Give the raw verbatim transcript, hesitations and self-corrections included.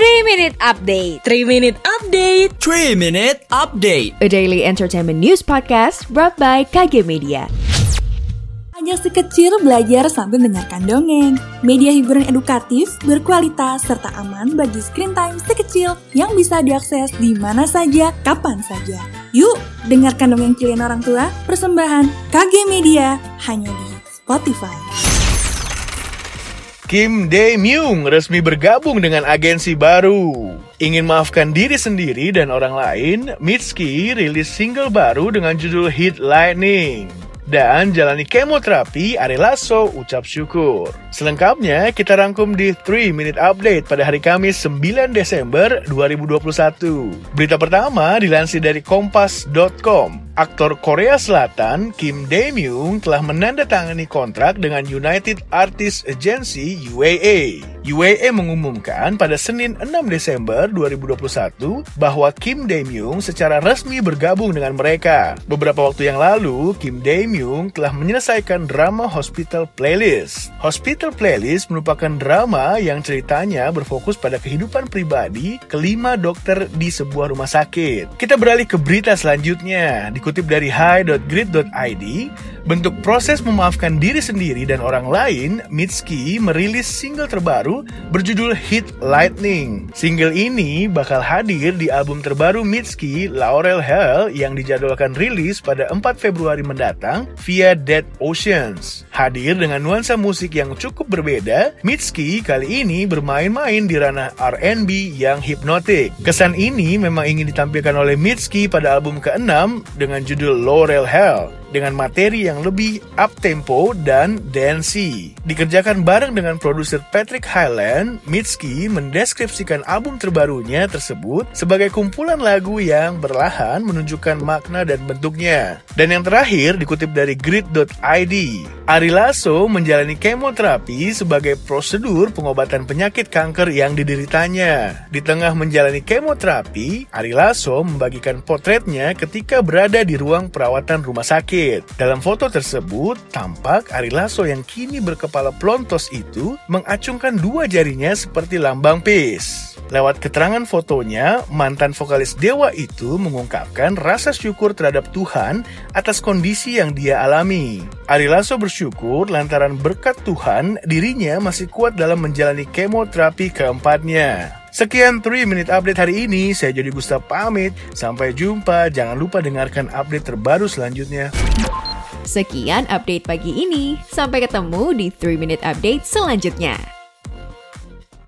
three minute Update. three minute Update. three minute Update. A daily entertainment news podcast brought by K G Media. Ajak si kecil belajar sambil mendengarkan dongeng. Media hiburan edukatif, berkualitas, serta aman bagi screen time si kecil yang bisa diakses di mana saja, kapan saja. Yuk, dengarkan dongeng kalian orang tua, persembahan K G Media, hanya di Spotify. Kim Dae-myung resmi bergabung dengan agensi baru. Ingin maafkan diri sendiri dan orang lain, Mitski rilis single baru dengan judul Hit Lightning. Dan jalani kemoterapi, Ari Lasso ucap syukur. Selengkapnya kita rangkum di three minute Update pada hari Kamis sembilan Desember dua ribu dua puluh satu. Berita pertama dilansir dari kompas dot com. Aktor Korea Selatan Kim Dae-myung telah menandatangani kontrak dengan United Artists Agency U A A. U A A mengumumkan pada Senin enam Desember dua ribu dua puluh satu bahwa Kim Dae-myung secara resmi bergabung dengan mereka. Beberapa waktu yang lalu, Kim Dae-myung telah menyelesaikan drama Hospital Playlist. Hospital Playlist merupakan drama yang ceritanya berfokus pada kehidupan pribadi kelima dokter di sebuah rumah sakit. Kita beralih ke berita selanjutnya. Dikutip dari hi dot grid dot i d, bentuk proses memaafkan diri sendiri dan orang lain, Mitski merilis single terbaru berjudul Hit Lightning. Single ini bakal hadir di album terbaru Mitski, Laurel Hell, yang dijadwalkan rilis pada empat Februari mendatang via Dead Oceans. Hadir dengan nuansa musik yang cukup berbeda, Mitski kali ini bermain-main di ranah R and B yang hipnotik. Kesan ini memang ingin ditampilkan oleh Mitski pada album keenam dengan judul Laurel Hell, dengan materi yang lebih up-tempo dan dancey. Dikerjakan bareng dengan produser Patrick Hyland, Mitski mendeskripsikan album terbarunya tersebut sebagai kumpulan lagu yang perlahan menunjukkan makna dan bentuknya. Dan yang terakhir dikutip dari grid dot i d, Ari Lasso menjalani kemoterapi sebagai prosedur pengobatan penyakit kanker yang dideritanya. Di tengah menjalani kemoterapi, Ari Lasso membagikan potretnya ketika berada di ruang perawatan rumah sakit. Dalam foto tersebut, tampak Ari Lasso yang kini berkepala plontos itu mengacungkan dua jarinya seperti lambang peace. Lewat keterangan fotonya, mantan vokalis Dewa itu mengungkapkan rasa syukur terhadap Tuhan atas kondisi yang dia alami. Ari Lasso bersyukur lantaran berkat Tuhan, dirinya masih kuat dalam menjalani kemoterapi keempatnya. Sekian three minute Update hari ini. Saya Jody Gustaf pamit. Sampai jumpa. Jangan lupa dengarkan update terbaru selanjutnya. Sekian update pagi ini. Sampai ketemu di three minute Update selanjutnya.